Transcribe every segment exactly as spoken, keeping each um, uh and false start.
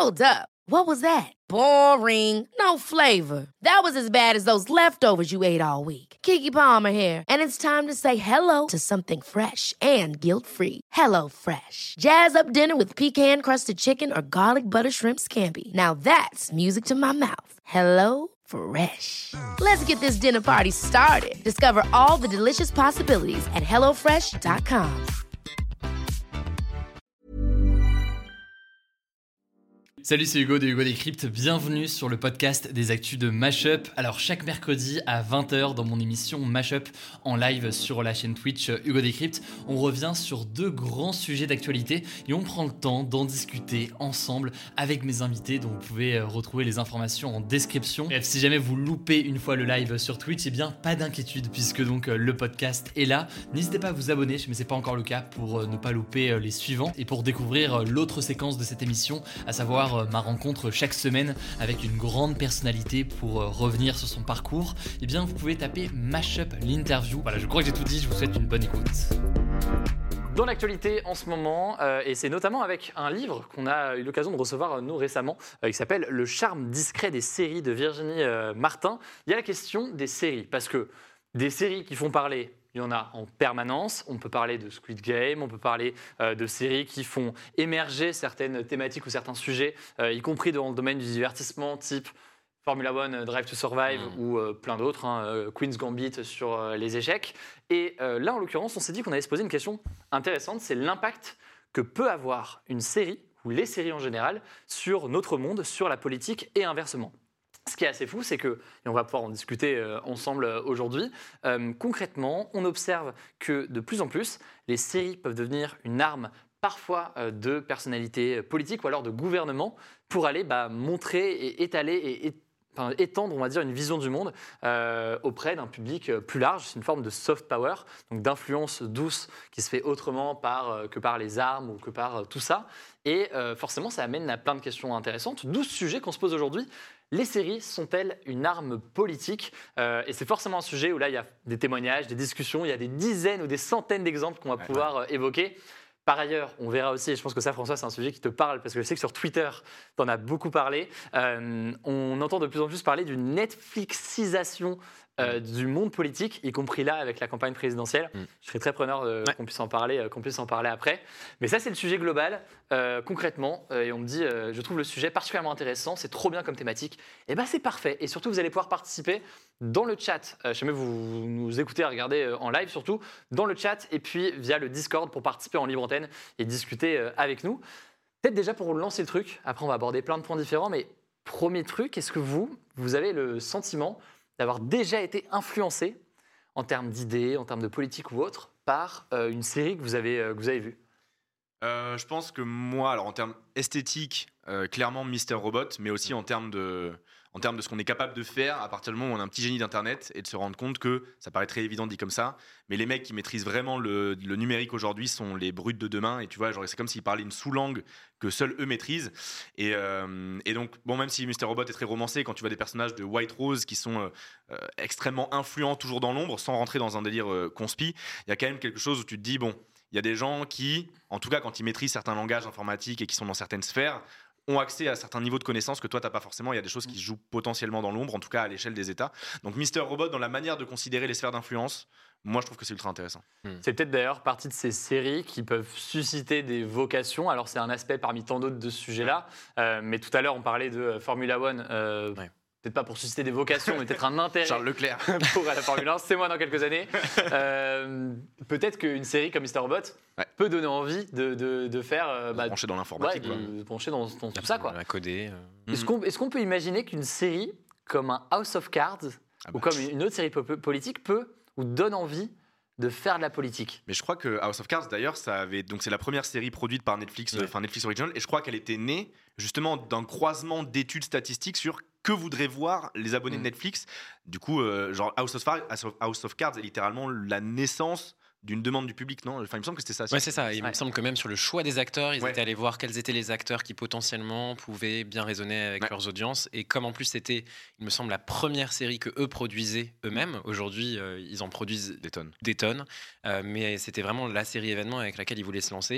Hold up. What was that? Boring. No flavor. That was as bad as those leftovers you ate all week. Keke Palmer here. And it's time to say hello to something fresh and guilt-free. Hello Fresh. Jazz up dinner with pecan-crusted chicken or garlic butter shrimp scampi. Now that's music to my mouth. Hello Fresh. Let's get this dinner party started. Discover all the delicious possibilities at hello fresh dot com. Salut, c'est Hugo de Hugo Décrypte, bienvenue sur le podcast des actus de Mashup. Alors chaque mercredi à vingt heures dans mon émission Mashup en live sur la chaîne Twitch Hugo Décrypte, on revient sur deux grands sujets d'actualité et on prend le temps d'en discuter ensemble avec mes invités, dont vous pouvez retrouver les informations en description. Bref, si jamais vous loupez une fois le live sur Twitch, eh bien pas d'inquiétude puisque donc le podcast est là. N'hésitez pas à vous abonner, mais c'est pas encore le cas, pour ne pas louper les suivants et pour découvrir l'autre séquence de cette émission, à savoir ma rencontre chaque semaine avec une grande personnalité pour revenir sur son parcours. Eh bien vous pouvez taper Mashup l'interview. Voilà, je crois que j'ai tout dit, je vous souhaite une bonne écoute. Dans l'actualité en ce moment, euh, et c'est notamment avec un livre qu'on a eu l'occasion de recevoir euh, nous récemment, euh, qui s'appelle Le charme discret des séries de Virginie euh, Martin. Il y a la question des séries, parce que des séries qui font parler, il y en a en permanence. On peut parler de Squid Game, on peut parler euh, de séries qui font émerger certaines thématiques ou certains sujets, euh, y compris dans le domaine du divertissement, type Formula One, Drive to Survive mmh. ou euh, plein d'autres, hein, euh, Queen's Gambit sur euh, les échecs. Et euh, là, en l'occurrence, on s'est dit qu'on allait se poser une question intéressante, c'est l'impact que peut avoir une série, ou les séries en général, sur notre monde, sur la politique et inversement. Ce qui est assez fou, c'est que, et on va pouvoir en discuter euh, ensemble euh, aujourd'hui, euh, concrètement, on observe que de plus en plus, les séries peuvent devenir une arme parfois euh, de personnalités politiques ou alors de gouvernement pour aller bah, montrer et étaler et et Enfin, étendre, on va dire, une vision du monde euh, auprès d'un public plus large. C'est une forme de soft power, donc d'influence douce qui se fait autrement par, euh, que par les armes ou que par euh, tout ça. Et euh, forcément, ça amène à plein de questions intéressantes. D'où ce sujet qu'on se pose aujourd'hui. Les séries sont-elles une arme politique ? euh, Et c'est forcément un sujet où là, il y a des témoignages, des discussions, il y a des dizaines ou des centaines d'exemples qu'on va ouais, pouvoir ouais. Euh, évoquer. Par ailleurs, on verra aussi, et je pense que ça, François, c'est un sujet qui te parle, parce que je sais que sur Twitter, tu en as beaucoup parlé, euh, on entend de plus en plus parler d'une Netflixisation euh, du monde politique, y compris là avec la campagne présidentielle. Mm. Je serais très preneur euh, ouais. qu'on puisse en parler, euh, qu'on puisse en parler après. Mais ça, c'est le sujet global, euh, concrètement. Euh, et on me dit, euh, je trouve le sujet particulièrement intéressant, c'est trop bien comme thématique. Et bien, c'est parfait. Et surtout, vous allez pouvoir participer dans le chat. Euh, jamais vous nous écoutez, regardez euh, en live surtout, dans le chat et puis via le Discord pour participer en libre antenne et discuter euh, avec nous. Peut-être déjà pour lancer le truc, après on va aborder plein de points différents, mais premier truc, est-ce que vous, vous avez le sentiment d'avoir déjà été influencé en termes d'idées, en termes de politique ou autre, par euh, une série que vous avez, euh, que vous avez vue ? euh, Je pense que moi, alors en termes esthétiques, euh, clairement Mister Robot, mais aussi en termes de... en termes de ce qu'on est capable de faire à partir du moment où on a un petit génie d'Internet et de se rendre compte que, ça paraît très évident dit comme ça, mais les mecs qui maîtrisent vraiment le, le numérique aujourd'hui sont les brutes de demain. Et tu vois, genre, c'est comme s'ils parlaient une sous-langue que seuls eux maîtrisent. Et, euh, et donc, bon, même si Mister Robot est très romancé, quand tu vois des personnages de White Rose qui sont euh, extrêmement influents, toujours dans l'ombre, sans rentrer dans un délire euh, conspi, il y a quand même quelque chose où tu te dis, bon, il y a des gens qui, en tout cas quand ils maîtrisent certains langages informatiques et qui sont dans certaines sphères, ont accès à certains niveaux de connaissances que toi t'as pas forcément. Il y a des choses qui se jouent potentiellement dans l'ombre, en tout cas à l'échelle des États. Donc Mister Robot, dans la manière de considérer les sphères d'influence, moi je trouve que c'est ultra intéressant. Hmm. C'est peut-être d'ailleurs partie de ces séries qui peuvent susciter des vocations. Alors c'est un aspect parmi tant d'autres de ce sujet-là, euh, mais tout à l'heure on parlait de Formula One. Euh, ouais. Peut-être pas pour susciter des vocations, mais peut-être un intérêt Charles Leclerc pour la Formule un. C'est moi dans quelques années. Euh, peut-être qu'une série comme Mister Robot ouais. peut donner envie de, de, de faire... Euh, bah, de pencher dans l'informatique. Ouais, de, de pencher dans, dans tout ça. Quoi. La coder. Euh... Est-ce, qu'on, est-ce qu'on peut imaginer qu'une série comme un House of Cards ah bah. ou comme une autre série politique peut ou donne envie de faire de la politique? Mais je crois que House of Cards, d'ailleurs, ça avait, donc c'est la première série produite par Netflix, enfin ouais. Netflix Original, et je crois qu'elle était née justement d'un croisement d'études statistiques sur que voudraient voir les abonnés mmh. de Netflix. Du coup, euh, genre House of, House of Cards est littéralement la naissance d'une demande du public, non ? Enfin, il me semble que c'était ça. Oui, c'est ça. Il ouais. me semble que même sur le choix des acteurs, ils ouais. étaient allés voir quels étaient les acteurs qui potentiellement pouvaient bien résonner avec ouais. leurs audiences. Et comme en plus c'était, il me semble, la première série que eux produisaient eux-mêmes. Aujourd'hui, euh, ils en produisent des tonnes. Des tonnes. Euh, mais c'était vraiment la série événement avec laquelle ils voulaient se lancer.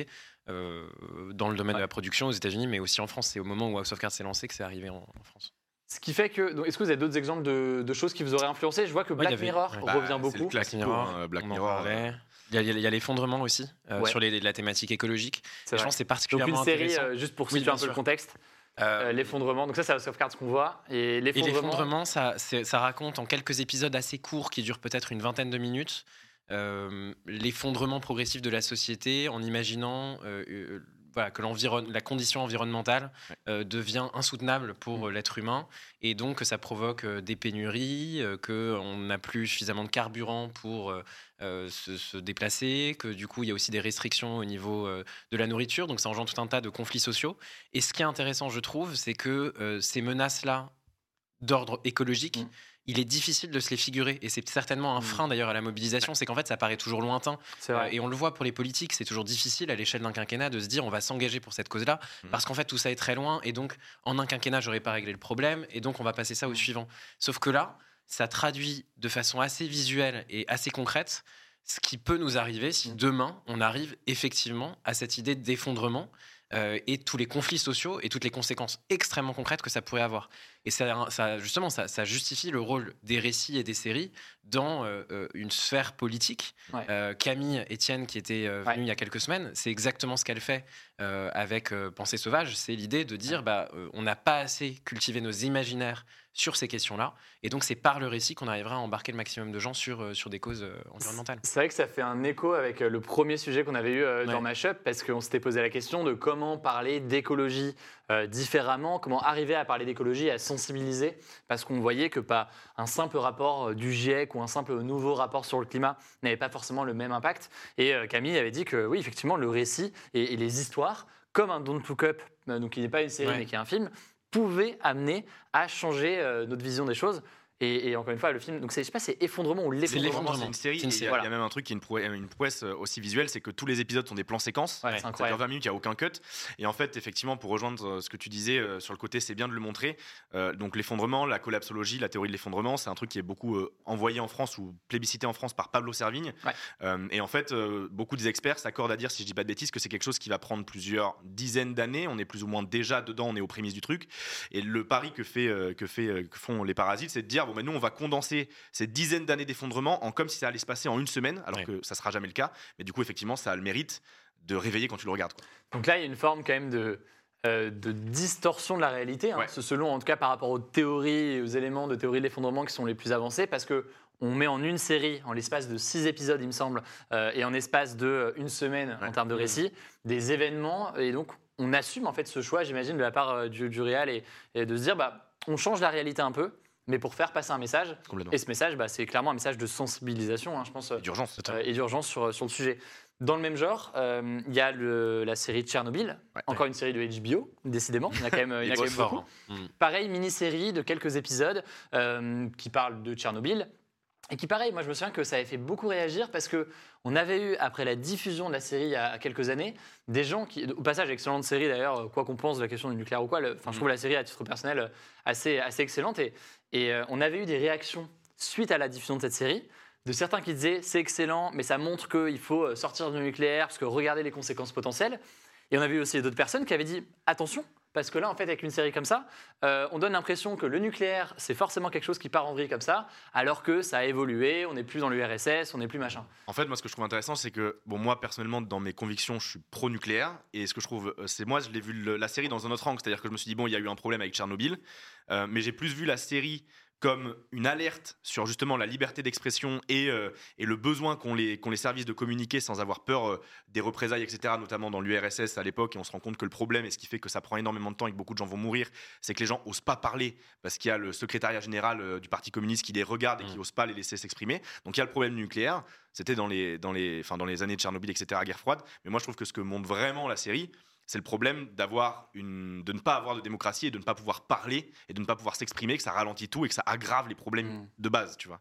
euh, dans le domaine ouais. de la production aux États-Unis, mais aussi en France. C'est au moment où House of Cards s'est lancé que c'est arrivé en, en France. Ce qui fait que, donc, est-ce que vous avez d'autres exemples de, de choses qui vous auraient influencé ? Je vois que Black ouais, avait, Mirror ouais. revient bah, beaucoup. Black Mirror, hein, Black Mirror. Il y, a, il y a l'effondrement aussi euh, ouais. sur les, la thématique écologique. Je pense que c'est particulièrement donc une série, intéressant. Euh, juste pour situer oui, un peu le contexte. Euh, l'effondrement, donc ça c'est House of Cards qu'on voit. Et l'effondrement, et l'effondrement ça, ça raconte en quelques épisodes assez courts qui durent peut-être une vingtaine de minutes euh, l'effondrement progressif de la société en imaginant euh, euh, voilà, que la condition environnementale ouais. euh, devient insoutenable pour mmh. l'être humain et donc que ça provoque euh, des pénuries, euh, qu'on n'a plus suffisamment de carburant pour euh, euh, se, se déplacer, que du coup il y a aussi des restrictions au niveau euh, de la nourriture, donc ça engendre tout un tas de conflits sociaux. Et ce qui est intéressant, je trouve, c'est que euh, ces menaces-là d'ordre écologique, mmh. il est difficile de se les figurer et c'est certainement un frein d'ailleurs à la mobilisation, c'est qu'en fait ça paraît toujours lointain euh, et on le voit pour les politiques, c'est toujours difficile à l'échelle d'un quinquennat de se dire on va s'engager pour cette cause-là mmh. parce qu'en fait tout ça est très loin et donc en un quinquennat j'aurais pas réglé le problème et donc on va passer ça au suivant. Sauf que là, ça traduit de façon assez visuelle et assez concrète ce qui peut nous arriver si demain on arrive effectivement à cette idée d'effondrement euh, et tous les conflits sociaux et toutes les conséquences extrêmement concrètes que ça pourrait avoir. Et ça, ça justement, ça, ça justifie le rôle des récits et des séries dans euh, une sphère politique. Ouais. Euh, Camille Etienne, qui était euh, venue ouais. il y a quelques semaines, c'est exactement ce qu'elle fait euh, avec euh, Pensée sauvage. C'est l'idée de dire, ouais. bah, euh, on n'a pas assez cultivé nos imaginaires sur ces questions-là. Et donc, c'est par le récit qu'on arrivera à embarquer le maximum de gens sur, euh, sur des causes euh, environnementales. C'est vrai que ça fait un écho avec euh, le premier sujet qu'on avait eu euh, ouais. dans Mashup, parce qu'on s'était posé la question de comment parler d'écologie euh, différemment, comment arriver à parler d'écologie, à sensibiliser, parce qu'on voyait que pas un simple rapport du GIEC ou un simple nouveau rapport sur le climat n'avait pas forcément le même impact. Et euh, Camille avait dit que oui, effectivement, le récit et, et les histoires, comme un Don't Look Up, euh, donc qui n'est pas une série ouais. mais qui est un film, pouvait amener à changer euh, notre vision des choses. Et, et encore une fois, le film, donc c'est, je sais pas, c'est Effondrement ou l'effondrement. C'est une série. Il y, voilà. y a même un truc qui est une prouesse, une prouesse aussi visuelle, c'est que tous les épisodes sont des plans séquences. Ouais, c'est incroyable. Ça dure vingt minutes, il n'y a aucun cut. Et en fait, effectivement, pour rejoindre ce que tu disais euh, sur le côté, c'est bien de le montrer. Euh, donc l'effondrement, la collapsologie, la théorie de l'effondrement, c'est un truc qui est beaucoup euh, envoyé en France ou plébiscité en France par Pablo Servigne. Ouais. Euh, et en fait, euh, beaucoup des experts s'accordent à dire, si je dis pas de bêtises, que c'est quelque chose qui va prendre plusieurs dizaines d'années. On est plus ou moins déjà dedans, on est aux prémices du truc. Et le pari que fait, euh, que fait, euh, que font les Parasites, c'est de dire, bon, ben nous, on va condenser ces dizaines d'années d'effondrement en comme si ça allait se passer en une semaine, alors oui. que ça sera jamais le cas. Mais du coup, effectivement, ça a le mérite de réveiller quand tu le regardes, quoi. Donc là, il y a une forme quand même de, euh, de distorsion de la réalité, hein, ouais. selon en tout cas par rapport aux théories et aux éléments de théorie de l'effondrement qui sont les plus avancés, parce que on met en une série, en l'espace de six épisodes, il me semble, euh, et en espace de une semaine ouais. en termes de récit, mmh. des événements, et donc on assume en fait ce choix, j'imagine, de la part euh, du, du réal, et, et de se dire, bah, on change la réalité un peu, mais pour faire passer un message. Et ce message, bah, c'est clairement un message de sensibilisation, hein, je pense. Et d'urgence. Euh, et d'urgence sur, sur le sujet. Dans le même genre, il euh, y a le, la série Tchernobyl, ouais, encore ouais. une série de H B O, décidément. Il y en a quand même, il y en a quand même beaucoup. Hein. Mm. Pareil, mini-série de quelques épisodes euh, qui parlent de Tchernobyl. Et qui, pareil, moi je me souviens que ça avait fait beaucoup réagir parce qu'on avait eu, après la diffusion de la série il y a quelques années, des gens qui, au passage, excellente série d'ailleurs, quoi qu'on pense de la question du nucléaire ou quoi, le, enfin, je trouve la série à titre personnel assez, assez excellente. Et, et euh, on avait eu des réactions suite à la diffusion de cette série, de certains qui disaient c'est excellent, mais ça montre qu'il faut sortir du nucléaire parce que regardez les conséquences potentielles. Et on avait eu aussi d'autres personnes qui avaient dit attention. Parce que là, en fait, avec une série comme ça, euh, on donne l'impression que le nucléaire, c'est forcément quelque chose qui part en vrille comme ça, alors que ça a évolué, on n'est plus dans l'U R S S, on n'est plus machin. En fait, moi, ce que je trouve intéressant, c'est que, bon, moi, personnellement, dans mes convictions, je suis pro-nucléaire. Et ce que je trouve, c'est moi, je l'ai vu le, la série dans un autre angle. C'est-à-dire que je me suis dit, bon, il y a eu un problème avec Tchernobyl. Euh, mais j'ai plus vu la série comme une alerte sur justement la liberté d'expression et, euh, et le besoin qu'ont les, qu'ont les services de communiquer sans avoir peur euh, des représailles, et cetera, notamment dans l'U R S S à l'époque. Et on se rend compte que le problème, et ce qui fait que ça prend énormément de temps et que beaucoup de gens vont mourir, c'est que les gens n'osent pas parler parce qu'il y a le secrétariat général euh, du Parti communiste qui les regarde et qui n'ose pas les laisser s'exprimer. Donc il y a le problème nucléaire. C'était dans les, dans les, enfin, dans les années de Tchernobyl, et cetera, guerre froide. Mais moi, je trouve que ce que montre vraiment la série, c'est le problème d'avoir une, de ne pas avoir de démocratie et de ne pas pouvoir parler et de ne pas pouvoir s'exprimer, que ça ralentit tout et que ça aggrave les problèmes mmh. de base, tu vois.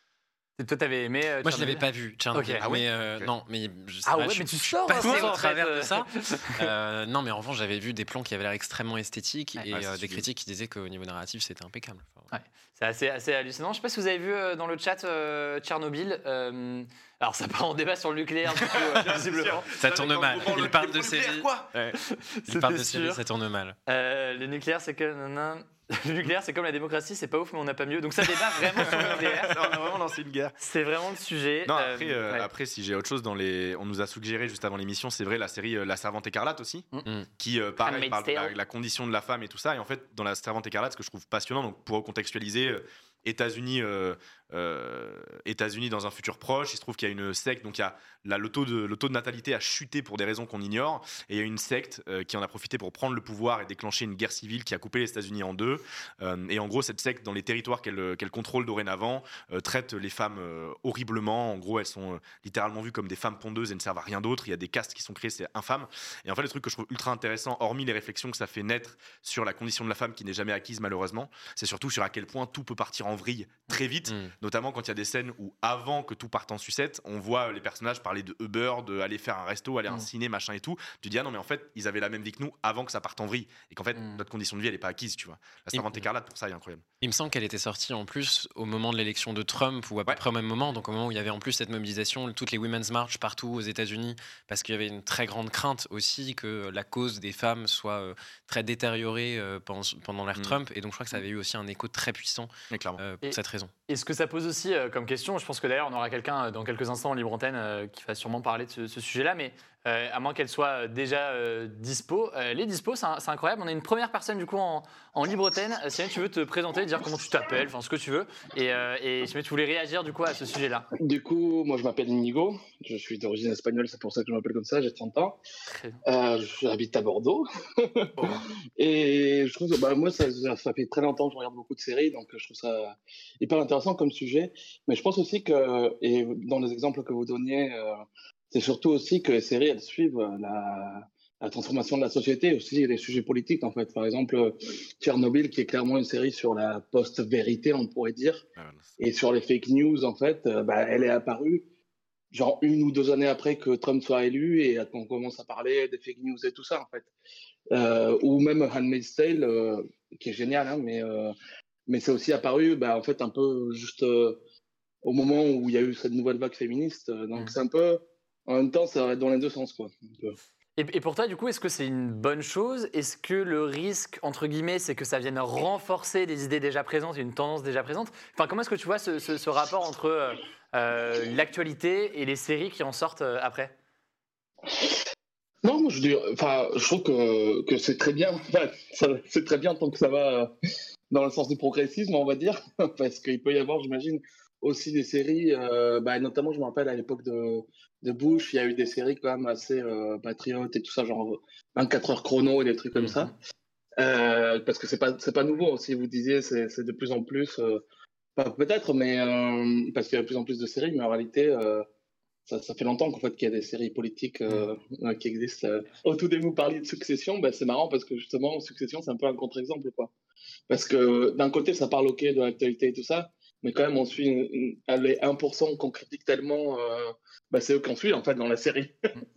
Et toi, t'avais aimé euh, Moi, je l'avais pas vu, Tchernobyl. Okay. Ah ouais mais euh, okay. non, mais je, ah ouais, je, mais tu je sors passé au travers de ça. euh, non, mais en revanche, j'avais vu des plans qui avaient l'air extrêmement esthétiques ouais, et ouais, euh, des critiques qui disaient qu'au niveau narratif, c'était impeccable. Enfin, ouais. C'est assez, assez hallucinant. Je sais pas si vous avez vu euh, dans le chat euh, Tchernobyl. Euh, Alors ça part en débat sur le nucléaire, du coup, euh, visiblement. Ça tourne mal. Il parle de série. Quoi ouais. Il parle de série, ça tourne mal. Euh, le nucléaire, c'est que... Nanana. Le nucléaire, c'est comme la démocratie, c'est pas ouf, mais on n'a pas mieux. Donc ça débat vraiment sur le nucléaire. On a vraiment lancé une guerre. C'est vraiment le sujet. Non, après, euh, ouais. après, si j'ai autre chose dans les, on nous a suggéré juste avant l'émission, c'est vrai la série euh, La Servante écarlate aussi, mm. qui euh, pareil, parle de la, Tale. la condition de la femme et tout ça. Et en fait, dans La Servante écarlate, ce que je trouve passionnant, donc pour recontextualiser. Euh, États-Unis, euh, euh, États-Unis dans un futur proche, il se trouve qu'il y a une secte, donc il y a là, le, taux de, le taux de natalité a chuté pour des raisons qu'on ignore, et il y a une secte euh, qui en a profité pour prendre le pouvoir et déclencher une guerre civile qui a coupé les États-Unis en deux. Euh, et en gros, cette secte, dans les territoires qu'elle, qu'elle contrôle dorénavant, euh, traite les femmes euh, horriblement. En gros, elles sont euh, littéralement vues comme des femmes pondeuses et ne servent à rien d'autre. Il y a des castes qui sont créés, c'est infâme. Et en fait, le truc que je trouve ultra intéressant, hormis les réflexions que ça fait naître sur la condition de la femme qui n'est jamais acquise malheureusement, c'est surtout sur à quel point tout peut partir en vrille très vite, mmh. notamment quand il y a des scènes où avant que tout parte en sucette, on voit les personnages parler de Uber, d'aller faire un resto, aller à un mmh. ciné, machin et tout. Tu dis ah non mais en fait ils avaient la même vie que nous avant que ça parte en vrille et qu'en fait mmh. notre condition de vie elle est pas acquise, tu vois. La Servante écarlate pour ça est incroyable. Il me semble qu'elle était sortie en plus au moment de l'élection de Trump ou à peu ouais. près au même moment, donc au moment où il y avait en plus cette mobilisation, toutes les Women's March partout aux États-Unis, parce qu'il y avait une très grande crainte aussi que la cause des femmes soit euh, très détériorée euh, pendant, pendant l'ère mmh. Trump, et donc je crois que ça avait eu aussi un écho très puissant euh, pour et, cette raison. Et ce que ça pose aussi euh, comme question, je pense que d'ailleurs on aura quelqu'un euh, dans quelques instants en libre antenne euh, qui va sûrement parler de ce, ce sujet-là, mais euh, à moins qu'elle soit déjà euh, dispo, euh, les dispos c'est, c'est incroyable. On a une première personne du coup en, en libre antenne. Si tu veux te présenter, dire comment tu t'appelles, enfin ce que tu veux, et, euh, et si tu voulais réagir du coup à ce sujet-là. Du coup, moi je m'appelle Inigo, je suis d'origine espagnole, c'est pour ça que je m'appelle comme ça, j'ai trente ans. Euh, j'habite à Bordeaux. Oh. Et je trouve que bah, moi ça, ça fait très longtemps que je regarde beaucoup de séries, donc je trouve ça hyper intéressant comme sujet. Mais je pense aussi que, et dans les exemples que vous donniez, euh, c'est surtout aussi que les séries elles suivent la, la transformation de la société, aussi les sujets politiques en fait. Par exemple, Tchernobyl qui est clairement une série sur la post-vérité, on pourrait dire, et sur les fake news en fait, euh, bah, elle est apparue genre une ou deux années après que Trump soit élu et qu'on commence à parler des fake news et tout ça en fait. Euh, ou même Handmaid's Tale, euh, qui est génial, hein, mais, euh, mais c'est aussi apparu bah, en fait un peu juste euh, au moment où il y a eu cette nouvelle vague féministe. Donc mmh. c'est un peu, en même temps, ça va dans les deux sens, quoi. Et, et pour toi, du coup, est-ce que c'est une bonne chose ? Est-ce que le risque, entre guillemets, c'est que ça vienne renforcer des idées déjà présentes et une tendance déjà présente ? Enfin, comment est-ce que tu vois ce, ce, ce rapport entre euh, euh, l'actualité et les séries qui en sortent euh, après ? Non, moi, je, dis, enfin, je trouve que, que c'est très bien. Enfin, ça, c'est très bien tant que ça va dans le sens du progressisme, on va dire. Parce qu'il peut y avoir, j'imagine, aussi des séries, euh, bah, notamment, je me rappelle, à l'époque de, de Bush, il y a eu des séries quand même assez euh, patriotes et tout ça, genre vingt-quatre heures chrono et des trucs comme mmh. ça. Euh, parce que c'est pas, c'est pas nouveau aussi, vous disiez, c'est, c'est de plus en plus... Euh, enfin, peut-être, mais... Euh, parce qu'il y a de plus en plus de séries, mais en réalité... Euh, Ça, ça fait longtemps qu'en fait, qu'il y a des séries politiques euh, mmh. qui existent. Au tout début, vous parliez de Succession, ben, c'est marrant parce que justement, Succession, c'est un peu un contre-exemple, quoi. Parce que d'un côté, ça parle ok de l'actualité et tout ça, mais quand même, on suit une, une, les un pour cent qu'on critique tellement, euh, ben, c'est eux qu'on suit en fait dans la série.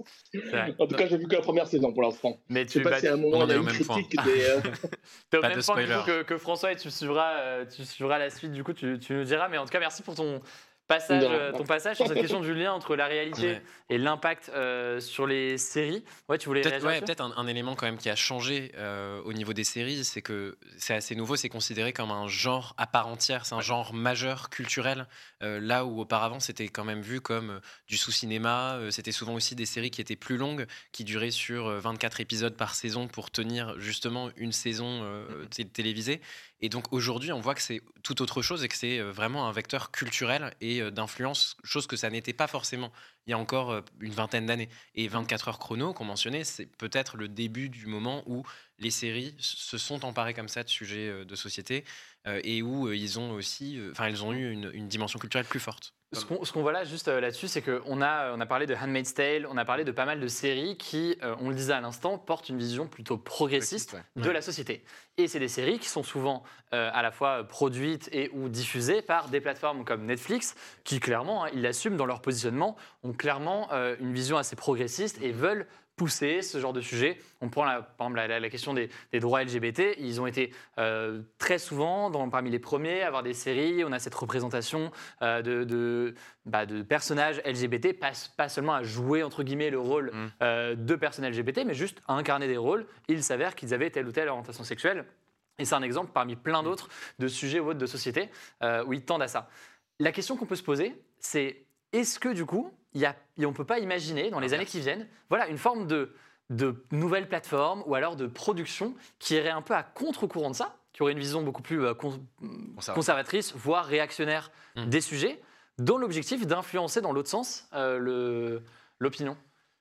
En tout cas, j'ai vu que la première saison pour l'instant. Mais tu sais pas si à un moment, il y a une critique des. Euh... T'es au même point que, que François et tu suivras, euh, tu suivras la suite, du coup, tu, tu nous diras. Mais en tout cas, merci pour ton. Passage, non, ton passage sur cette question du lien entre la réalité ouais. et l'impact euh, sur les séries. Ouais, tu voulais peut-être, réagir ouais, peut-être un, un élément quand même qui a changé euh, au niveau des séries, c'est que c'est assez nouveau, c'est considéré comme un genre à part entière, c'est un ouais. genre majeur culturel, euh, là où auparavant c'était quand même vu comme euh, du sous-cinéma, euh, c'était souvent aussi des séries qui étaient plus longues, qui duraient sur euh, vingt-quatre épisodes par saison pour tenir justement une saison euh, t- télévisée. Et donc aujourd'hui, on voit que c'est tout autre chose et que c'est vraiment un vecteur culturel et d'influence, chose que ça n'était pas forcément il y a encore une vingtaine d'années. Et vingt-quatre heures chrono, qu'on mentionnait, c'est peut-être le début du moment où les séries se sont emparées comme ça de sujets de société euh, et où ils ont aussi, enfin, elles ont eu une, une dimension culturelle plus forte. Ce qu'on, ce qu'on voit là, juste là-dessus, c'est qu'on a, on a parlé de Handmaid's Tale, on a parlé de pas mal de séries qui, euh, on le disait à l'instant, portent une vision plutôt progressiste ouais. de ouais. la société. Et c'est des séries qui sont souvent euh, à la fois produites et ou diffusées par des plateformes comme Netflix, qui clairement, hein, ils l'assument dans leur positionnement, ont clairement euh, une vision assez progressiste et veulent pousser ce genre de sujet. On prend la, par exemple la, la, la question des, des droits L G B T. Ils ont été euh, très souvent dans, parmi les premiers à avoir des séries. On a cette représentation euh, de, de, bah, de personnages L G B T, pas, pas seulement à jouer entre guillemets le rôle mmh. euh, de personnes L G B T, mais juste à incarner des rôles. Il s'avère qu'ils avaient telle ou telle orientation sexuelle. Et c'est un exemple parmi plein d'autres de sujets ou autres de société euh, où ils tendent à ça. La question qu'on peut se poser, c'est est-ce que du coup, y a, on ne peut pas imaginer dans les ah, années qui viennent voilà, une forme de, de nouvelle plateforme ou alors de production qui irait un peu à contre-courant de ça, qui aurait une vision beaucoup plus euh, con, conservatrice, voire réactionnaire mmh. des sujets, dont l'objectif d'influencer dans l'autre sens euh, le, l'opinion.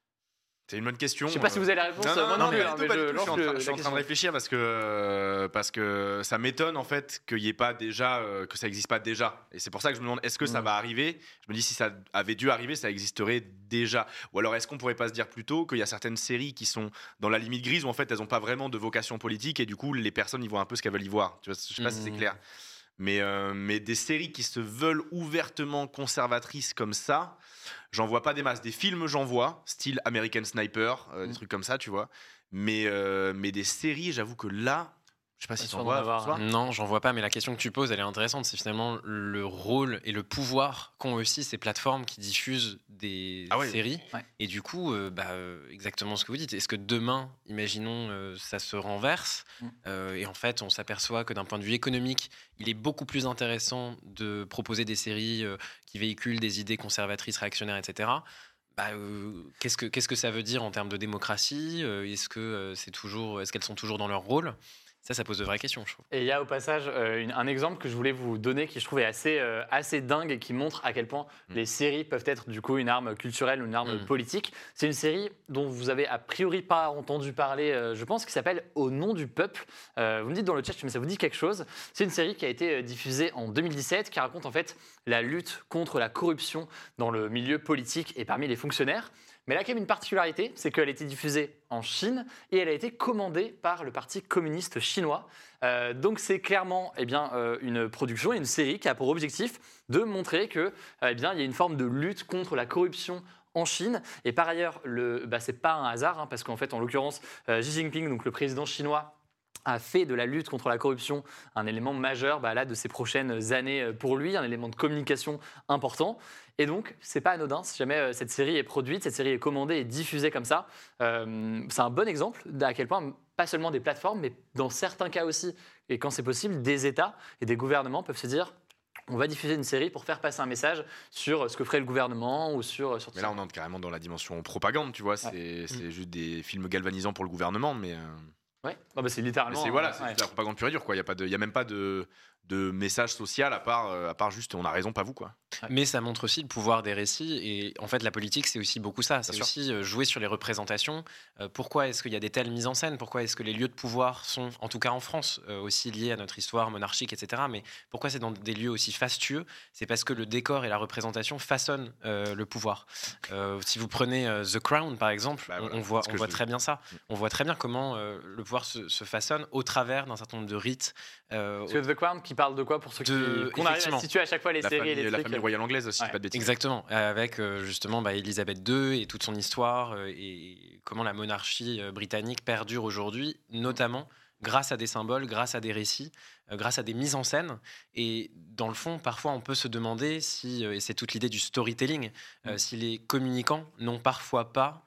C'est une bonne question. Je ne sais pas si vous avez la réponse. Non, non, non, non, non mais hein, mais je, je suis en train, je suis en train de réfléchir parce que, parce que ça m'étonne en fait qu'il y ait pas déjà, euh, que ça n'existe pas déjà. Et c'est pour ça que je me demande, est-ce que mmh. ça va arriver ? Je me dis si ça avait dû arriver, ça existerait déjà. Ou alors est-ce qu'on pourrait pas se dire plutôt qu'il y a certaines séries qui sont dans la limite grise où en fait elles n'ont pas vraiment de vocation politique et du coup les personnes y voient un peu ce qu'elles veulent y voir. Tu vois, je sais pas mmh. si c'est clair. Mais, euh, mais des séries qui se veulent ouvertement conservatrices comme ça, j'en vois pas des masses. Des films, j'en vois, style American Sniper, euh, mmh. des trucs comme ça, tu vois. Mais, euh, mais des séries, j'avoue que là, je sais pas si tu en vois. François. Non, j'en vois pas, mais la question que tu poses, elle est intéressante. C'est finalement le rôle et le pouvoir qu'ont aussi ces plateformes qui diffusent des ah ouais, séries. Ouais. Et du coup, euh, bah, exactement ce que vous dites. Est-ce que demain, imaginons, euh, ça se renverse mmh. euh, et en fait, on s'aperçoit que d'un point de vue économique, il est beaucoup plus intéressant de proposer des séries euh, qui véhiculent des idées conservatrices, réactionnaires, et cetera. Bah, euh, qu'est-ce que, qu'est-ce que ça veut dire en termes de démocratie ? euh, Est-ce que euh, c'est toujours, est-ce qu'elles sont toujours dans leur rôle ? Ça, ça pose de vraies questions, je trouve. Et il y a au passage euh, une, un exemple que je voulais vous donner qui je trouve est assez, euh, assez dingue et qui montre à quel point mmh. les séries peuvent être du coup une arme culturelle ou une arme mmh. politique. C'est une série dont vous avez a priori pas entendu parler, euh, je pense, qui s'appelle Au nom du peuple. Euh, vous me dites dans le chat, mais ça vous dit quelque chose ? C'est une série qui a été diffusée en deux mille dix-sept qui raconte en fait la lutte contre la corruption dans le milieu politique et parmi les fonctionnaires. Mais elle a quand même une particularité, c'est qu'elle a été diffusée en Chine et elle a été commandée par le Parti communiste chinois. Euh, donc c'est clairement eh bien, euh, une production, une série qui a pour objectif de montrer qu'il euh, eh y a une forme de lutte contre la corruption en Chine. Et par ailleurs, le, bah, ce n'est pas un hasard, hein, parce qu'en fait, en l'occurrence, euh, Xi Jinping, donc le président chinois, a fait de la lutte contre la corruption un élément majeur bah, là, de ces prochaines années pour lui, un élément de communication important. Et donc, c'est pas anodin si jamais euh, cette série est produite, cette série est commandée et diffusée comme ça. Euh, c'est un bon exemple d'à quel point, pas seulement des plateformes, mais dans certains cas aussi, et quand c'est possible, des États et des gouvernements peuvent se dire on va diffuser une série pour faire passer un message sur ce que ferait le gouvernement ou sur... sur mais là, on entre carrément dans la dimension propagande, tu vois. C'est, ouais. c'est mmh. juste des films galvanisants pour le gouvernement, mais... Euh... Ouais, non, bah c'est littéralement. Mais c'est, voilà, c'est ouais. de la propagande pure et dure, quoi. Il y a pas de, il y a même pas de, de message social à part, à part juste on a raison, pas vous, quoi. Mais ça montre aussi le pouvoir des récits et en fait la politique c'est aussi beaucoup ça, c'est Bien aussi sûr. jouer sur les représentations. Euh, pourquoi est-ce qu'il y a des telles mises en scène ? Pourquoi est-ce que les lieux de pouvoir sont, en tout cas en France, euh, aussi liés à notre histoire monarchique, et cetera. Mais pourquoi c'est dans des lieux aussi fastueux ? C'est parce que le décor et la représentation façonnent euh, le pouvoir. Euh, si vous prenez euh, The Crown par exemple, bah, voilà, on, on voit, on voit très bien ça. On voit très bien comment euh, le pouvoir se, se façonne au travers d'un certain nombre de rites. Euh, Parce que The Crown qui parle de quoi pour ceux de, qui qu'on arrive à situer à chaque fois les la séries famille, et les la trucs. famille royale anglaise aussi, ouais. pas de bêtises. Exactement, avec euh, justement bah, Elisabeth deux et toute son histoire euh, et comment la monarchie euh, britannique perdure aujourd'hui, notamment grâce à des symboles, grâce à des récits, euh, grâce à des mises en scène. Et dans le fond, parfois, on peut se demander si, euh, et c'est toute l'idée du storytelling, euh, mm. si les communicants n'ont parfois pas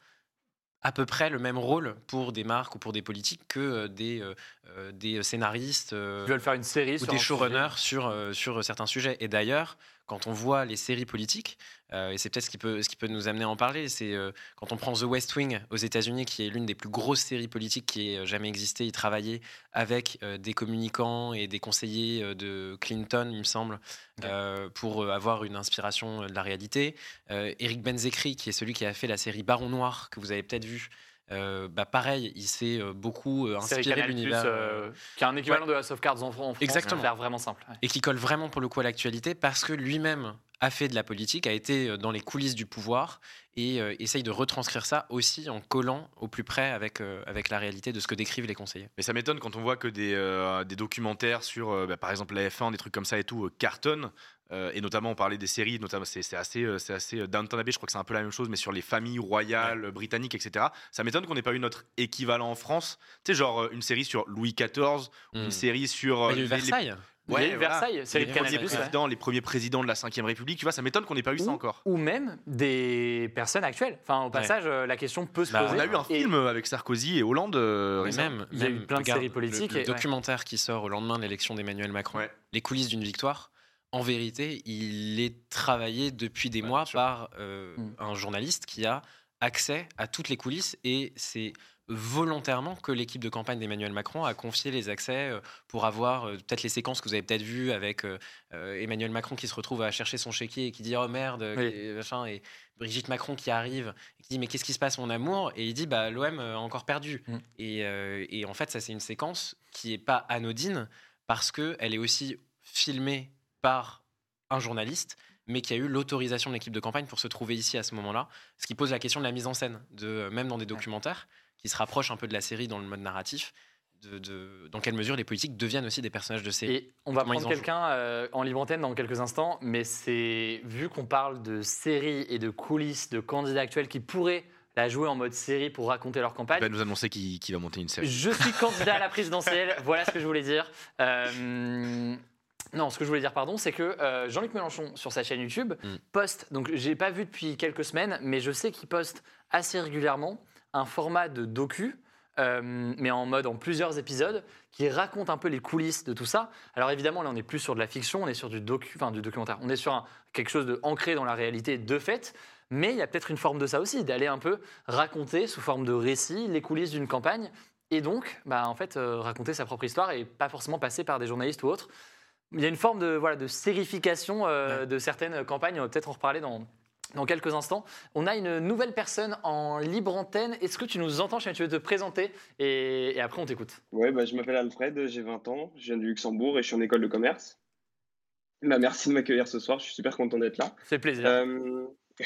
à peu près le même rôle pour des marques ou pour des politiques que euh, des, euh, des scénaristes euh, veulent faire une série ou des showrunners sur, euh, sur certains sujets. Et d'ailleurs, quand on voit les séries politiques, euh, et c'est peut-être ce qui peut, ce qui peut nous amener à en parler, c'est euh, quand on prend The West Wing aux États-Unis, qui est l'une des plus grosses séries politiques qui ait jamais existé. Il travaillait avec euh, des communicants et des conseillers euh, de Clinton, il me semble, okay. euh, pour avoir une inspiration de la réalité. Euh, Eric Benzekri, qui est celui qui a fait la série Baron Noir, que vous avez peut-être vu. Euh, bah pareil, il s'est euh, beaucoup euh, inspiré de l'univers, euh, qui a un équivalent ouais. de House of Cards en France. Exactement. Pour faire vraiment simple. Ouais. Et qui colle vraiment pour le coup à l'actualité parce que lui-même a fait de la politique, a été dans les coulisses du pouvoir et euh, essaye de retranscrire ça aussi en collant au plus près avec, euh, avec la réalité de ce que décrivent les conseillers. Mais ça m'étonne quand on voit que des, euh, des documentaires sur, euh, bah, par exemple, la F un, des trucs comme ça et tout, euh, cartonnent. Euh, et notamment, on parlait des séries, notamment, c'est, c'est assez, euh, c'est assez Downton Abbey, je crois que c'est un peu la même chose, mais sur les familles royales ouais. britanniques, et cetera. Ça m'étonne qu'on n'ait pas eu notre équivalent en France. Tu sais, genre une série sur Louis quatorze, mmh. une série sur. Euh, les, Versailles. Les... Ouais, Versailles, c'est les, les, premiers présidents, les premiers présidents de la cinquième République, tu vois, ça m'étonne qu'on n'ait pas eu ou, ça encore. Ou même des personnes actuelles. Enfin, au passage, ouais. la question peut se bah, poser. On a eu un et... film avec Sarkozy et Hollande. Euh, même, il y a eu plein de séries le, politiques. Le, le et, documentaire ouais. qui sort au lendemain de l'élection d'Emmanuel Macron, ouais. Les coulisses d'une victoire. En vérité, il est travaillé depuis des ouais, mois par euh, mmh. un journaliste qui a accès à toutes les coulisses et c'est volontairement que l'équipe de campagne d'Emmanuel Macron a confié les accès pour avoir euh, peut-être les séquences que vous avez peut-être vues avec euh, Emmanuel Macron qui se retrouve à chercher son chéquier et qui dit « Oh merde oui. !» et, machin, et Brigitte Macron qui arrive et qui dit « Mais qu'est-ce qui se passe mon amour ?» et il dit bah, « L'O M a encore perdu mmh. ». Et, euh, et en fait, ça c'est une séquence qui n'est pas anodine parce qu'elle est aussi filmée par un journaliste, mais qui a eu l'autorisation de l'équipe de campagne pour se trouver ici à ce moment-là, ce qui pose la question de la mise en scène, de, même dans des documentaires, qui se rapprochent un peu de la série dans le mode narratif, de, de, dans quelle mesure les politiques deviennent aussi des personnages de série. Et on va Comment prendre quelqu'un euh, en libre antenne dans quelques instants, mais c'est vu qu'on parle de séries et de coulisses, de candidats actuels qui pourraient la jouer en mode série pour raconter leur campagne. Il va nous annoncer qu'il, qu'il va monter une série. Je suis candidat à la présidentielle, voilà ce que je voulais dire. Euh, Non, ce que je voulais dire, pardon, c'est que euh, Jean-Luc Mélenchon, sur sa chaîne YouTube, mm. poste, donc j'ai pas vu depuis quelques semaines, mais je sais qu'il poste assez régulièrement un format de docu, euh, mais en mode en plusieurs épisodes, qui raconte un peu les coulisses de tout ça. Alors évidemment, là, on n'est plus sur de la fiction, on est sur du, docu, enfin, du documentaire, on est sur un, quelque chose de ancré dans la réalité de fait, mais il y a peut-être une forme de ça aussi, d'aller un peu raconter sous forme de récit les coulisses d'une campagne, et donc, bah, en fait, euh, raconter sa propre histoire et pas forcément passer par des journalistes ou autres. Il y a une forme de, voilà, de sérification euh, ouais. de certaines campagnes. On va peut-être en reparler dans, dans quelques instants. On a une nouvelle personne en libre antenne. Est-ce que tu nous entends? Tu veux te présenter et, et après on t'écoute. Oui, bah, je m'appelle Alfred, j'ai vingt ans, je viens du Luxembourg et je suis en école de commerce. Bah, merci de m'accueillir ce soir, je suis super content d'être là. C'est plaisir. Euh,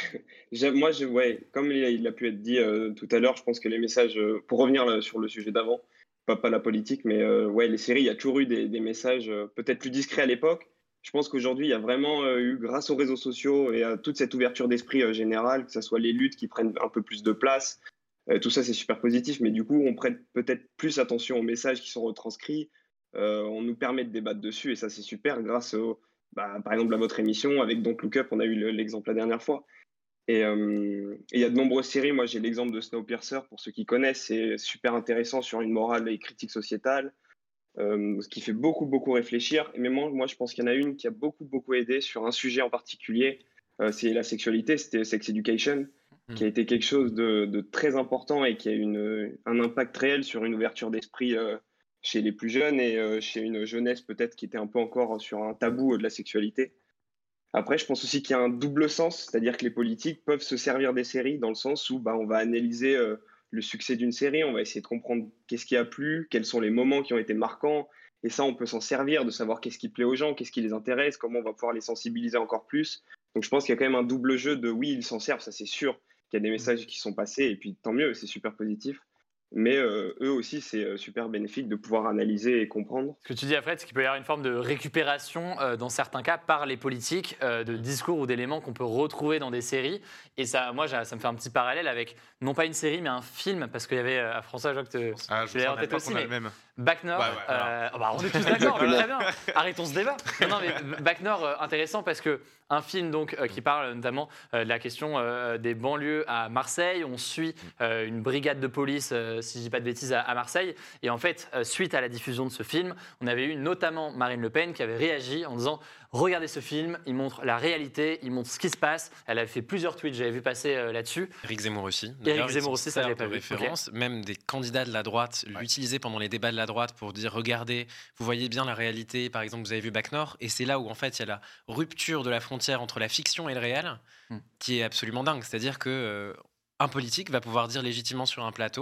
moi, je, ouais, comme il a, il a pu être dit euh, tout à l'heure, je pense que les messages, euh, pour revenir là, sur le sujet d'avant, Pas, pas la politique, mais euh, ouais, les séries, il y a toujours eu des, des messages euh, peut-être plus discrets à l'époque. Je pense qu'aujourd'hui, il y a vraiment euh, eu, grâce aux réseaux sociaux et à toute cette ouverture d'esprit euh, générale, que ce soit les luttes qui prennent un peu plus de place, euh, tout ça, c'est super positif. Mais du coup, on prête peut-être plus attention aux messages qui sont retranscrits. Euh, on nous permet de débattre dessus et ça, c'est super grâce, au, bah, par exemple, à votre émission. Avec Don't Look Up, on a eu le, l'exemple la dernière fois. Et il euh, y a de nombreuses séries. Moi, j'ai l'exemple de Snowpiercer, pour ceux qui connaissent. C'est super intéressant sur une morale et critique sociétale, euh, ce qui fait beaucoup, beaucoup réfléchir. Mais moi, moi, je pense qu'il y en a une qui a beaucoup, beaucoup aidé sur un sujet en particulier. Euh, c'est la sexualité, c'était Sex Education, mmh. qui a été quelque chose de, de très important et qui a eu une, un impact réel sur une ouverture d'esprit euh, chez les plus jeunes et euh, chez une jeunesse peut-être qui était un peu encore sur un tabou de la sexualité. Après, je pense aussi qu'il y a un double sens, c'est-à-dire que les politiques peuvent se servir des séries dans le sens où bah, on va analyser euh, le succès d'une série, on va essayer de comprendre qu'est-ce qui a plu, quels sont les moments qui ont été marquants, et ça, on peut s'en servir, de savoir qu'est-ce qui plaît aux gens, qu'est-ce qui les intéresse, comment on va pouvoir les sensibiliser encore plus. Donc je pense qu'il y a quand même un double jeu de oui, ils s'en servent, ça c'est sûr, qu'il y a des messages qui sont passés, et puis tant mieux, c'est super positif. Mais euh, eux aussi, c'est super bénéfique de pouvoir analyser et comprendre. Ce que tu dis, Alfred, c'est qu'il peut y avoir une forme de récupération, euh, dans certains cas, par les politiques, euh, de discours ou d'éléments qu'on peut retrouver dans des séries. Et ça, moi, ça me fait un petit parallèle avec, non pas une série, mais un film, parce qu'il y avait, à François, je vois que tu ah, l'as en tête aussi, mais même. Bac Nord, ouais, ouais, voilà. euh, oh bah on est tous d'accord, très bien. Arrêtons ce débat. Non, non, mais Bac Nord, euh, intéressant parce que un film donc euh, qui parle notamment euh, de la question euh, des banlieues à Marseille. On suit euh, une brigade de police, euh, si je dis pas de bêtises, à, à Marseille. Et en fait, euh, suite à la diffusion de ce film, on avait eu notamment Marine Le Pen qui avait réagi en disant regardez ce film, il montre la réalité, il montre ce qui se passe. Elle avait fait plusieurs tweets, j'avais vu passer euh, là-dessus. Éric Zemmour aussi. Éric Zemmour aussi, ça j'avais pas vu. Référence, okay. Même des candidats de la droite ouais. l'utilisaient pendant les débats de la droite pour dire regardez, vous voyez bien la réalité. Par exemple, vous avez vu Bac Nord, et c'est là où en fait il y a la rupture de la frontière entre la fiction et le réel, hmm. qui est absolument dingue. C'est-à-dire que euh, un politique va pouvoir dire légitimement sur un plateau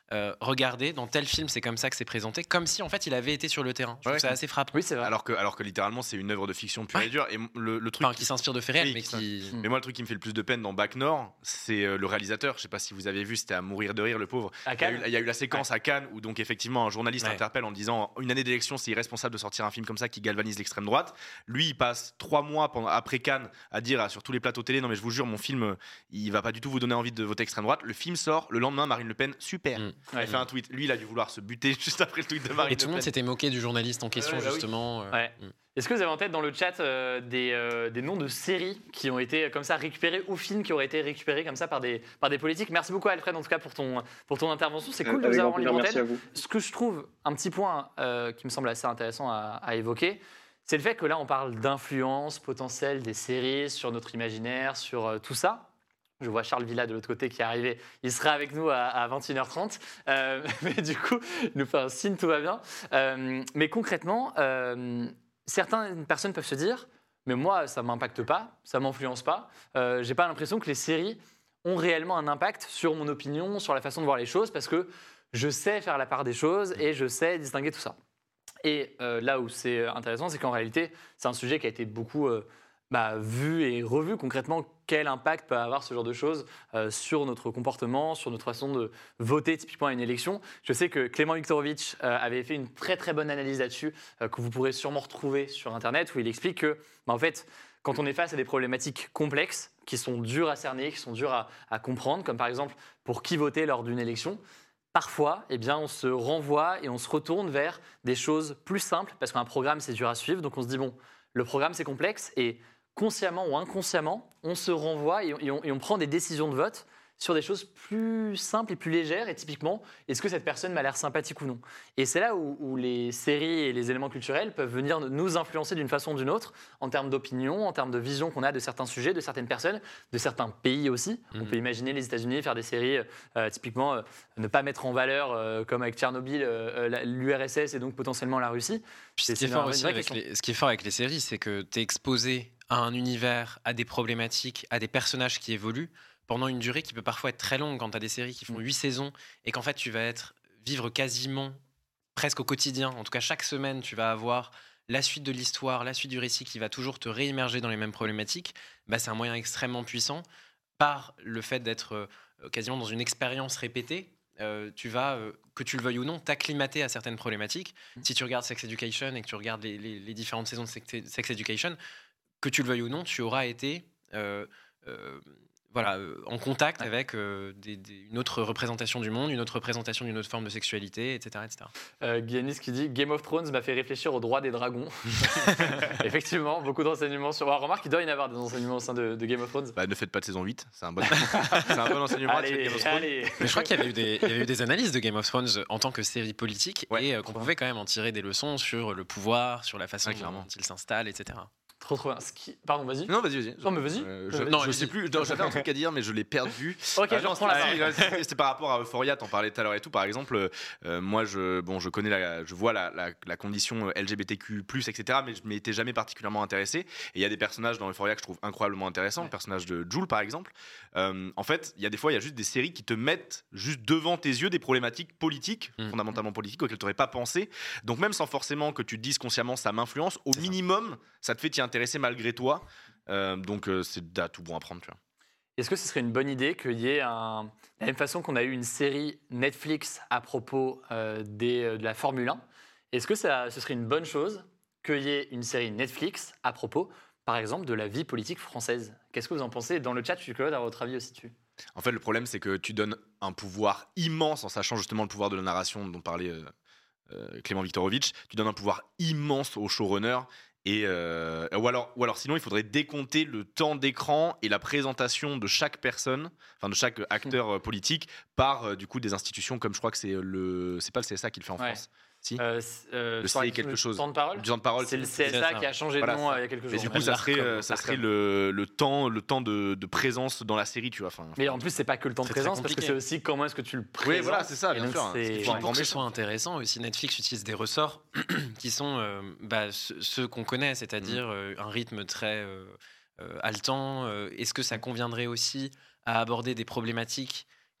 Euh, regardez, dans tel film, c'est comme ça que c'est présenté, comme si en fait il avait été sur le terrain. Je ouais, trouve ça assez frappant. Oui, c'est vrai. Alors que, alors que littéralement, c'est une œuvre de fiction pure ouais. et dure. Et le, le truc enfin, qui s'inspire de faits réels, oui, mais qui. Mais moi, le truc qui me fait le plus de peine dans Bac Nord, c'est euh, le réalisateur. Je sais pas si vous avez vu, c'était à mourir de rire, le pauvre. À Il y, a Cannes. eu, il y a eu la séquence Ouais. à Cannes où donc effectivement un journaliste Ouais. interpelle en disant une année d'élection, c'est irresponsable de sortir un film comme ça qui galvanise l'extrême droite. Lui, il passe trois mois pendant, après Cannes à dire ah, sur tous les plateaux télé non mais je vous jure mon film, il va pas du tout vous donner envie de voter extrême droite. Le film sort, le lendemain Marine Le Pen super. Mm. Elle Ouais. fait un tweet. Lui, il a dû vouloir se buter juste après le tweet de Marine Et tout Le le monde Pen. s'était moqué du journaliste en question, Ouais, bah oui. justement. euh, Ouais. mm. Est-ce que vous avez en tête dans le chat euh, des, euh, des noms de séries qui ont été comme ça récupérés ou films qui auraient été récupérés comme ça par des, par des politiques? Merci beaucoup Alfred en tout cas pour ton, pour ton intervention. C'est cool de Avec vous grand avoir en plaisir, libre merci à antenne. vous. Ce que je trouve un petit point euh, qui me semble assez intéressant à, à évoquer, c'est le fait que là on parle d'influence potentielle des séries sur notre imaginaire, sur euh, tout ça. Je vois Charles Villa de l'autre côté qui est arrivé. Il sera avec nous à, à vingt et une heures trente. Euh, mais du coup, il nous fait un signe, tout va bien. Euh, mais concrètement, euh, certaines personnes peuvent se dire « Mais moi, ça ne m'impacte pas, ça ne m'influence pas. Euh, je n'ai pas l'impression que les séries ont réellement un impact sur mon opinion, sur la façon de voir les choses, parce que je sais faire la part des choses et je sais distinguer tout ça. » Et euh, là où c'est intéressant, c'est qu'en réalité, c'est un sujet qui a été beaucoup... Euh, Bah, vu et revu concrètement quel impact peut avoir ce genre de choses euh, sur notre comportement, sur notre façon de voter typiquement à une élection. Je sais que Clément Viktorovitch euh, avait fait une très très bonne analyse là-dessus euh, que vous pourrez sûrement retrouver sur Internet où il explique que bah, en fait, quand on est face à des problématiques complexes qui sont dures à cerner, qui sont dures à, à comprendre, comme par exemple pour qui voter lors d'une élection, parfois, eh bien, on se renvoie et on se retourne vers des choses plus simples parce qu'un programme c'est dur à suivre, donc on se dit bon, le programme c'est complexe et consciemment ou inconsciemment, on se renvoie et on, et on, et on prend des décisions de vote sur des choses plus simples et plus légères. Et typiquement, est-ce que cette personne m'a l'air sympathique ou non? Et c'est là où, où les séries et les éléments culturels peuvent venir nous influencer d'une façon ou d'une autre, en termes d'opinion, en termes de vision qu'on a de certains sujets, de certaines personnes, de certains pays aussi. Mmh. On peut imaginer les États-Unis faire des séries, euh, typiquement, euh, ne pas mettre en valeur, euh, comme avec Tchernobyl, euh, l'U R S S et donc potentiellement la Russie. Puis ce, qui est fort aussi avec les, ce qui est fort avec les séries, c'est que tu es exposé à un univers, à des problématiques, à des personnages qui évoluent pendant une durée qui peut parfois être très longue quand tu as des séries qui font huit saisons et qu'en fait tu vas être vivre quasiment presque au quotidien. En tout cas, chaque semaine, tu vas avoir la suite de l'histoire, la suite du récit qui va toujours te réimmerger dans les mêmes problématiques. Bah, c'est un moyen extrêmement puissant par le fait d'être euh, quasiment dans une expérience répétée. Euh, tu vas, euh, que tu le veuilles ou non, t'acclimater à certaines problématiques. Mmh. Si tu regardes Sex Education et que tu regardes les, les, les différentes saisons de Sex Education, que tu le veuilles ou non, tu auras été euh, euh, voilà, euh, en contact ouais. avec euh, des, des, une autre représentation du monde, une autre représentation d'une autre forme de sexualité, et cetera et cetera. Euh, Guyanis qui dit « Game of Thrones m'a fait réfléchir au droit des dragons ». Effectivement, beaucoup d'enseignements sur... Alors, remarque, il doit y en avoir des enseignements au sein de, de Game of Thrones. Bah, ne faites pas de saison huit, c'est un bon, c'est un bon enseignement. Allez, Game of Thrones. allez. Mais je crois qu'il y avait eu des, il y avait eu des analyses de Game of Thrones en tant que série politique ouais. et euh, qu'on pouvait quand même en tirer des leçons sur le pouvoir, sur la façon ouais, dont il s'installe, et cetera. Trop trop bien. Qui... Pardon, vas-y. Non, vas-y, vas-y. Non, mais vas-y. Euh, je, non, je sais plus. J'avais un truc à dire, mais je l'ai perdu. Ok, euh, je reprends la parole. C'était par rapport à Euphoria, t'en parlais tout à l'heure et tout. Par exemple, euh, moi, je, bon, je connais, la, je vois la, la, la condition L G B T Q plus, et cetera. Mais je m'étais jamais particulièrement intéressé. Et il y a des personnages dans Euphoria que je trouve incroyablement intéressants. Ouais. Le personnage de Jules, par exemple. Euh, en fait, il y a des fois, il y a juste des séries qui te mettent juste devant tes yeux des problématiques politiques, mmh. fondamentalement politiques, auxquelles tu n'aurais pas pensé. Donc même sans forcément que tu te dises consciemment ça m'influence, au minimum, ça. ça te fait t'y intéresser malgré toi. Euh, donc euh, c'est à tout bon à prendre, tu vois. Est-ce que ce serait une bonne idée qu'il y ait un... de la même façon qu'on a eu une série Netflix à propos euh, des, de la Formule un, est-ce que ça, ce serait une bonne chose qu'il y ait une série Netflix à propos, par exemple, de la vie politique française? Qu'est-ce que vous en pensez? Dans le chat, je suis curieux d'avoir votre avis aussi dessus. En fait, le problème, c'est que tu donnes un pouvoir immense, en sachant justement le pouvoir de la narration dont parlait euh, euh, Clément Viktorovitch, tu donnes un pouvoir immense au showrunner. Et euh, ou, alors, ou alors sinon il faudrait décompter le temps d'écran et la présentation de chaque personne, enfin de chaque acteur mmh. politique par euh, du coup des institutions comme je crois que c'est le c'est pas le C S A qui le fait en ouais. France. Si euh, euh, le C quelque chose. Temps de parole. Du temps de parole. C'est le C S A qui a changé voilà, de nom il y a quelques jours. Mais du coup, ça serait, euh, ça serait le, le temps, le temps de, de présence dans la série, tu vois. Enfin, mais en plus, c'est pas que le temps de présence, parce que c'est aussi comment est-ce que tu le présentes. Oui, voilà, c'est ça, bien sûr. Pour que ce soit intéressant aussi, Netflix utilise des ressorts qui sont euh, bah, ceux qu'on connaît, c'est-à-dire euh, un rythme très euh, haletant. Euh, est-ce que ça conviendrait aussi à aborder des problématiques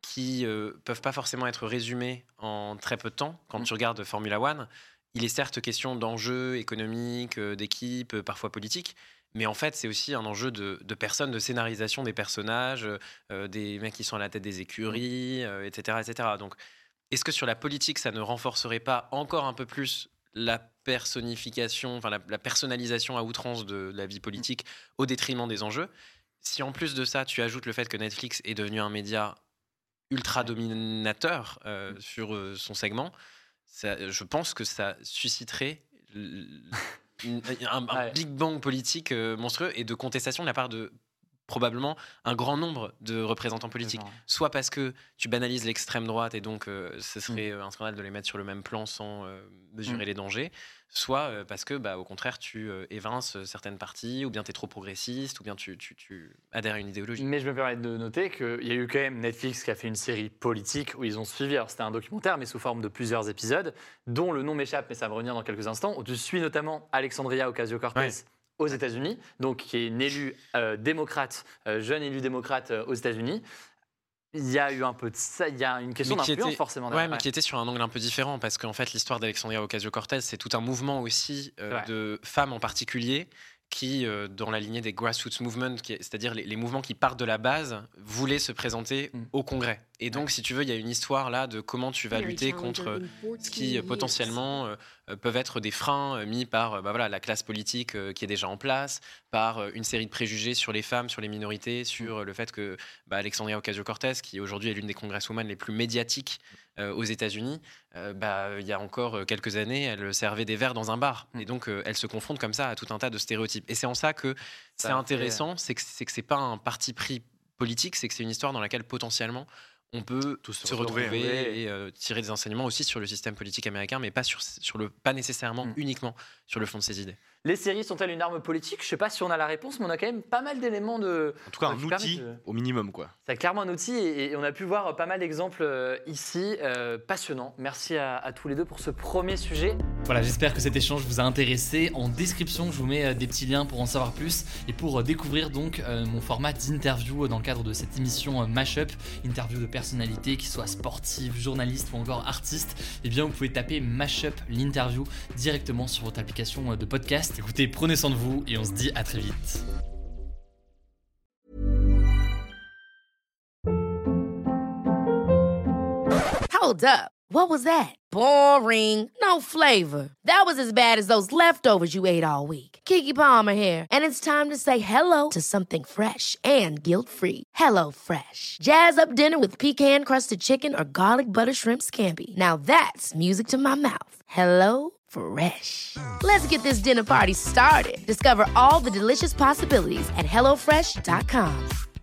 qui euh, peuvent pas forcément être résumés en très peu de temps. Quand mmh. tu regardes Formula One, il est certes question d'enjeux économiques, euh, d'équipes, euh, parfois politiques, mais en fait, c'est aussi un enjeu de, de personnes, de scénarisation des personnages, euh, des mecs qui sont à la tête des écuries, euh, et cetera, et cetera. Donc, est-ce que sur la politique, ça ne renforcerait pas encore un peu plus la personnification, enfin la, la personnalisation à outrance de, de la vie politique au détriment des enjeux ? Si en plus de ça, tu ajoutes le fait que Netflix est devenu un média ultra dominateur euh, sur euh, son segment, ça, je pense que ça susciterait un, un, un ouais. big bang politique euh, monstrueux et de contestation de la part de probablement un grand nombre de représentants politiques. Soit parce que tu banalises l'extrême droite et donc euh, ce serait mmh. un scandale de les mettre sur le même plan sans euh, mesurer mmh. les dangers, soit euh, parce que, bah, au contraire, tu euh, évinces certaines parties, ou bien tu es trop progressiste, ou bien tu, tu, tu adhères à une idéologie. Mais je me permets de noter qu'il y a eu quand même Netflix qui a fait une série politique où ils ont suivi, alors c'était un documentaire, mais sous forme de plusieurs épisodes, dont le nom m'échappe, mais ça va revenir dans quelques instants, où tu suis notamment Alexandria Ocasio-Cortez, ouais. aux États-Unis, donc qui est une élue euh, démocrate, euh, jeune élue démocrate euh, aux États-Unis. Il y a eu un peu de ça, il y a une question d'influence était, forcément. Ouais, mais ouais. qui était sur un angle un peu différent, parce qu'en fait, l'histoire d'Alexandria Ocasio-Cortez, c'est tout un mouvement aussi euh, ouais. de femmes en particulier qui, euh, dans la lignée des grassroots movements, qui est, c'est-à-dire les, les mouvements qui partent de la base, voulaient se présenter mm. au Congrès. Et donc, ouais. si tu veux, il y a une histoire là de comment tu vas lutter contre ce qui euh, potentiellement euh, peuvent être des freins euh, mis par euh, bah, voilà, la classe politique euh, qui est déjà en place, par euh, une série de préjugés sur les femmes, sur les minorités, sur euh, le fait que bah, Alexandria Ocasio-Cortez, qui aujourd'hui est l'une des congresswomen les plus médiatiques euh, aux États-Unis, euh, bah, il y a encore quelques années, elle servait des verres dans un bar. Mm. Et donc, euh, elle se confronte comme ça à tout un tas de stéréotypes. Et c'est en ça que ça c'est intéressant, fait... c'est que c'est que c'est pas un parti pris politique, c'est que c'est une histoire dans laquelle potentiellement on peut Tout se, se retrouver, retrouver ouais. et euh, tirer des enseignements aussi sur le système politique américain, mais pas, sur, sur le, pas nécessairement mm. uniquement sur le fond de ses idées. Les séries sont-elles une arme politique ? Je ne sais pas si on a la réponse, mais on a quand même pas mal d'éléments de... En tout cas, un outil de... au minimum, quoi. C'est clairement un outil et, et on a pu voir pas mal d'exemples euh, ici. Euh, passionnant. Merci à, à tous les deux pour ce premier sujet. Voilà, j'espère que cet échange vous a intéressé. En description, je vous mets euh, des petits liens pour en savoir plus et pour euh, découvrir donc euh, mon format d'interview dans le cadre de cette émission euh, Mashup. Interview de personnalités, qui soient sportives, journalistes ou encore artistes. Eh bien, vous pouvez taper Mashup l'interview directement sur votre application euh, de podcast. Écoutez, prenez soin de vous et on se dit à très vite. Hold up. What was that? Boring. No flavor. That was as bad as those leftovers you ate all week. Keke Palmer here, and it's time to say hello to something fresh and guilt-free. Hello Fresh. Jazz up dinner with pecan-crusted chicken or garlic butter shrimp scampi. Now that's music to my mouth. Hello Fresh. Let's get this dinner party started. Discover all the delicious possibilities at hello fresh dot com.